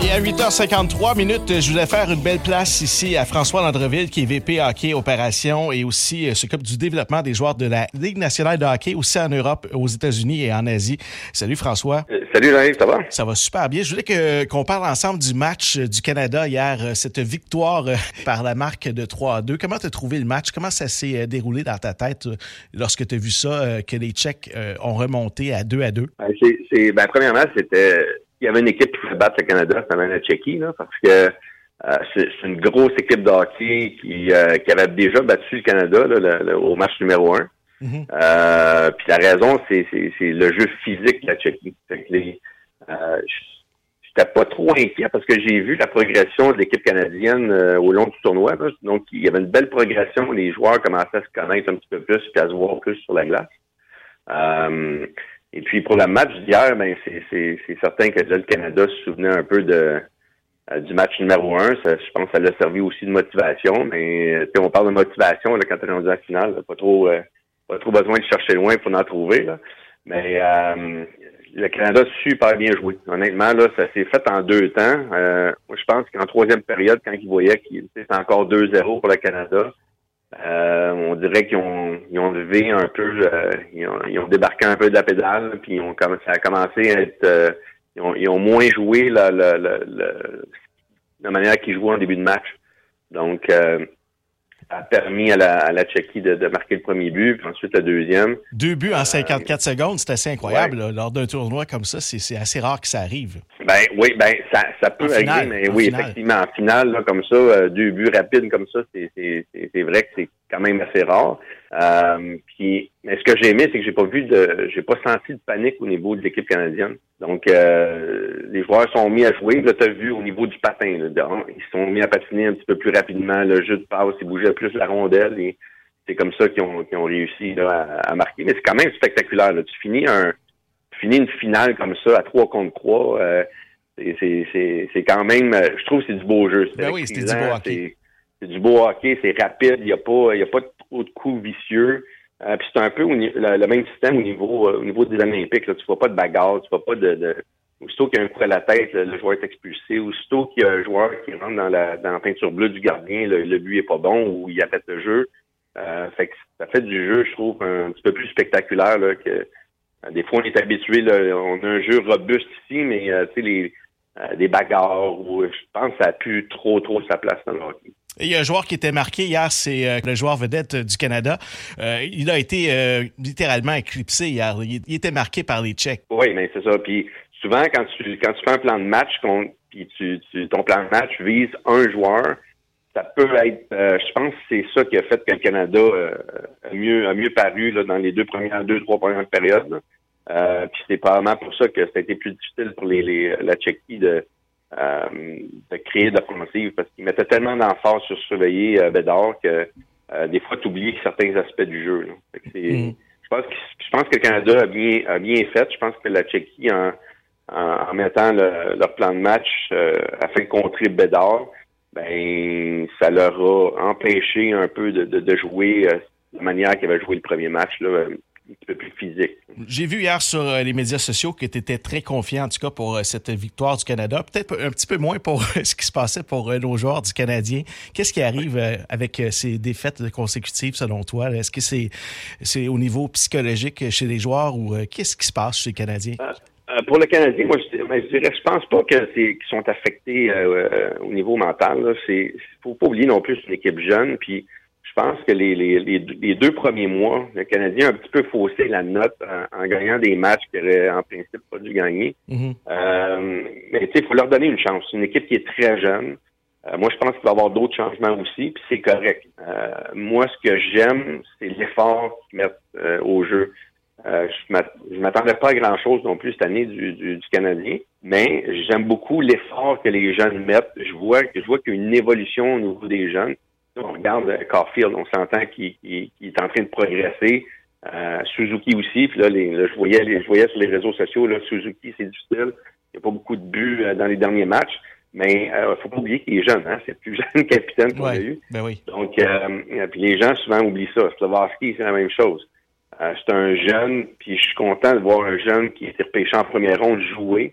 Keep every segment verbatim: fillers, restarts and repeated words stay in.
Et à huit heures cinquante-trois minutes, je voulais faire une belle place ici à François Landreville, qui est V P hockey opération et aussi euh, s'occupe du développement des joueurs de la Ligue nationale de hockey, aussi en Europe, aux États-Unis et en Asie. Salut François. Euh, salut Jean-Yves, ça va? Ça va super bien. Je voulais que, qu'on parle ensemble du match du Canada hier, cette victoire euh, par la marque de trois à deux. Comment tu as trouvé le match? Comment ça s'est déroulé dans ta tête euh, lorsque tu as vu ça, euh, que les Tchèques euh, ont remonté à deux à deux? Ben, c'est, c'est, ben, premièrement, c'était... Il y avait une équipe qui pouvait battre le Canada, c'était la Tchéquie, là, parce que euh, c'est, c'est une grosse équipe de hockey qui, euh, qui avait déjà battu le Canada là, le, le, au match numéro un. Mm-hmm. Euh, puis la raison, c'est, c'est, c'est le jeu physique de la Tchéquie. Fait que les, euh, j'étais pas trop inquiet parce que j'ai vu la progression de l'équipe canadienne euh, au long du tournoi. Là. Donc, il y avait une belle progression. Les joueurs commençaient à se connaître un petit peu plus et à se voir plus sur la glace. Euh, Et puis pour le match d'hier, ben c'est, c'est, c'est certain que là, le Canada se souvenait un peu de euh, du match numéro un. Ça, je pense que ça l'a servi aussi de motivation. Mais on parle de motivation là, quand on est rendu à la finale. Là, pas trop euh, pas trop besoin de chercher loin pour en trouver. Là. Mais euh, le Canada a super bien joué. Honnêtement, là, ça s'est fait en deux temps. Euh, moi, je pense qu'en troisième période, quand ils voyaient qu'il c'était encore deux zéro pour le Canada. Euh, on dirait qu'ils ont, ils ont levé un peu, euh, ils, ont, ils ont débarqué un peu de la pédale, puis ils ont, ça a commencé à être, euh, ils, ont, ils ont moins joué la, la, la, la, la manière qu'ils jouaient en début de match. Donc, euh, ça a permis à la, à la Tchéquie de, de marquer le premier but, puis ensuite le deuxième. Deux buts en cinquante-quatre euh, secondes, c'est assez incroyable. Ouais. Là, lors d'un tournoi comme ça, c'est, c'est assez rare que ça arrive. Ben oui, ben ça, ça peut en arriver, finale, mais oui, finale. effectivement, en finale, là, comme ça, euh, deux buts rapides comme ça, c'est, c'est, c'est, c'est vrai que c'est quand même assez rare. Euh, puis, mais ce que j'ai aimé, c'est que j'ai pas vu de, j'ai pas senti de panique au niveau de l'équipe canadienne. Donc, euh, les joueurs sont mis à jouer. Là, t'as vu au niveau du patin, là, ils sont mis à patiner un petit peu plus rapidement. Le jeu de passe, ils bougeaient plus la rondelle et c'est comme ça qu'ils ont, qu'ils ont réussi là, à, à marquer. Mais c'est quand même spectaculaire. Là. Tu finis un, tu finis une finale comme ça à trois contre trois. Euh, c'est, c'est, c'est, c'est quand même, je trouve que c'est du beau jeu. Ben oui, c'était du beau hockey. C'est, c'est du beau hockey, c'est rapide. Il y a pas, il y a pas trop de coups vicieux. Euh, puis c'est un peu au, le, le même système au niveau euh, au niveau des Olympiques. Là. Tu vois pas de bagarre, tu vois pas de, de... Aussitôt qu'il y a un coup à la tête, le, le joueur est expulsé. Aussitôt qu'il y a un joueur qui rentre dans la dans la peinture bleue du gardien, le, le but est pas bon ou il arrête le jeu. Euh, fait que ça fait du jeu, je trouve, un petit peu plus spectaculaire là, que euh, des fois on est habitué. Là, on a un jeu robuste ici, mais euh, tu sais les euh, des bagarres où je pense que ça a plus trop trop sa place dans le hockey. Et il y a un joueur qui était marqué hier, c'est euh, le joueur vedette du Canada. Euh, il a été euh, littéralement éclipsé hier. Il, il était marqué par les Tchèques. Oui, mais c'est ça. Puis souvent, quand tu quand tu fais un plan de match, puis tu, tu ton plan de match vise un joueur, ça peut être. Euh, je pense que c'est ça qui a fait que le Canada euh, a mieux a mieux paru là, dans les deux premières, deux trois premières périodes. Euh, puis c'est probablement pour ça que ça a été plus difficile pour les, les la Tchéquie de Euh, de créer de l'offensive parce qu'ils mettaient tellement d'emphase sur surveiller euh, Bédard que euh, des fois tu oublies certains aspects du jeu. Là. Fait que c'est, mm. je pense que je pense que le Canada a bien a bien fait. Je pense que la Tchéquie en, en, en mettant le, leur plan de match euh, afin de contrer Bédard, ben ça leur a empêché un peu de, de, de jouer euh, de la manière qu'ils avaient joué le premier match là. Un petit peu plus physique. J'ai vu hier sur euh, les médias sociaux que tu étais très confiant, en tout cas, pour euh, cette victoire du Canada. Peut-être un petit peu moins pour euh, ce qui se passait pour euh, nos joueurs du Canadien. Qu'est-ce qui arrive euh, avec euh, ces défaites consécutives, selon toi? Est-ce que c'est, c'est au niveau psychologique chez les joueurs ou euh, qu'est-ce qui se passe chez les Canadiens? Euh, euh, pour le Canadien, moi, je, ben, je dirais, je pense pas que c'est, qu'ils sont affectés euh, euh, au niveau mental. Là. C'est, faut pas oublier non plus une équipe jeune, puis je pense que les, les, les, les deux premiers mois, le Canadien a un petit peu faussé la note en, en gagnant des matchs qu'il aurait en principe pas dû gagner. Mm-hmm. Euh, mais tu sais, il faut leur donner une chance. C'est une équipe qui est très jeune. Euh, moi, je pense qu'il va y avoir d'autres changements aussi, puis c'est correct. Euh, moi, ce que j'aime, c'est l'effort qu'ils mettent euh, au jeu. Euh, je m'attendais pas à grand-chose non plus cette année du, du, du Canadien, mais j'aime beaucoup l'effort que les jeunes mettent. Je vois, je vois qu'il y a une évolution au niveau des jeunes. On regarde Caulfield, on s'entend qu'il, qu'il, qu'il est en train de progresser. Euh, Suzuki aussi, puis là, les, là, je voyais, les, je voyais sur les réseaux sociaux, là, Suzuki, c'est difficile. Il n'y a pas beaucoup de buts euh, dans les derniers matchs, mais euh, faut pas oublier qu'il est jeune, hein. C'est le plus jeune capitaine qu'on ouais, a eu. Ben oui. Donc, euh, puis les gens souvent oublient ça. Slavarsky, c'est la même chose. Euh, c'est un jeune, puis je suis content de voir un jeune qui a été repêché en première ronde jouer.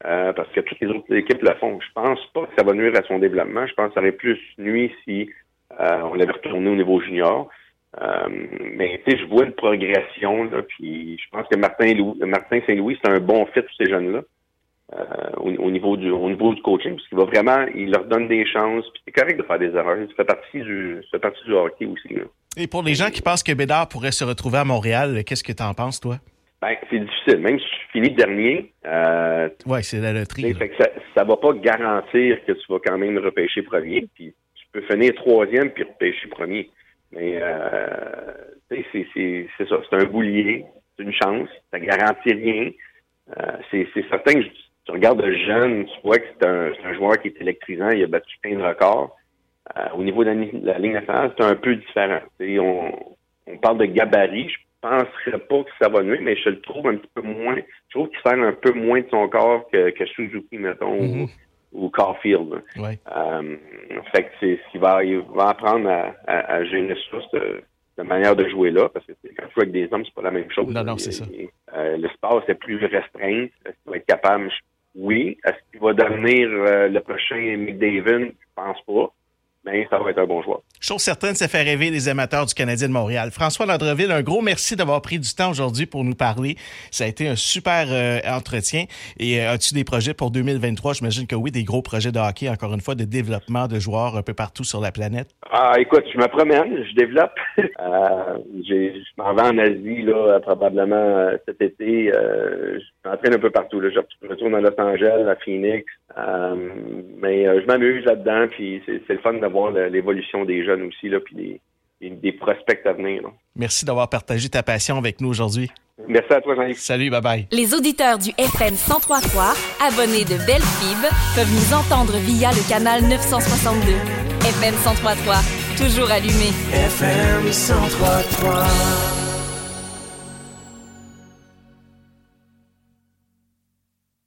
euh, parce que toutes les autres équipes le font. Je pense pas que ça va nuire à son développement. Je pense que ça aurait plus nuit si euh, on l'avait retourné au niveau junior. Euh, mais tu sais, je vois une progression, là, puis je pense que Martin, Louis, Martin Saint-Louis, c'est un bon fit pour ces jeunes-là. Euh, au, au niveau du au niveau du coaching, parce qu'il va vraiment, il leur donne des chances, puis c'est correct de faire des erreurs. Ça fait partie du, ça fait partie du hockey aussi, là. Et pour les gens qui pensent que Bédard pourrait se retrouver à Montréal, qu'est-ce que tu en penses, toi? Ben, c'est difficile. Même si tu finis dernier, euh, ouais, c'est la loterie. Fait que ça, ça va pas garantir que tu vas quand même repêcher premier, puis tu peux finir troisième puis repêcher premier. Mais euh, c'est, c'est, c'est ça, c'est un boulier, c'est une chance, ça garantit rien. Euh, c'est, c'est certain que tu regardes le jeune, tu vois que c'est un, c'est un joueur qui est électrisant, il a battu plein de records. Euh, au niveau de la, la ligne nationale, c'est un peu différent. On, on parle de gabarit, je penserais pas que ça va nuire, mais je le trouve un petit peu moins, je trouve qu'il sert un peu moins de son corps que, que Suzuki, mettons, mm-hmm. ou, ou Caulfield. Ouais. Euh, fait que c'est ce qu'il va, il va apprendre à, à, à gérer ça, cette, cette manière de jouer là, parce que quand tu joues avec des hommes, c'est pas la même chose. Non, non, c'est ça. Et, euh, l'espace est plus restreint. Est-ce qu'il va être capable? Oui. Est-ce qu'il va devenir euh, le prochain McDavid? Je pense pas. Mais ça va être un bon joueur. Chose certaine, ça fait rêver les amateurs du Canadien de Montréal. François Landreville, un gros merci d'avoir pris du temps aujourd'hui pour nous parler. Ça a été un super euh, entretien. Et euh, as-tu des projets pour deux mille vingt-trois? J'imagine que oui, des gros projets de hockey, encore une fois, de développement de joueurs un peu partout sur la planète. Ah, écoute, je me promène, je développe. euh, j'ai, je m'en vais en Asie, là, probablement cet été. Euh, je m'entraîne un peu partout, là. Je retourne à Los Angeles, à Phoenix. Euh, mais euh, je m'amuse là-dedans, puis c'est, c'est le fun de voir l'évolution des jeunes aussi, là, puis des, des, des prospects à venir, là. Merci d'avoir partagé ta passion avec nous aujourd'hui. Merci à toi, Jean-Yves. Salut, bye-bye. Les auditeurs du F M cent trois virgule trois, abonnés de Belle Fib, peuvent nous entendre via le canal neuf cent soixante-deux. F M cent trois virgule trois, toujours allumé. F M cent trois virgule trois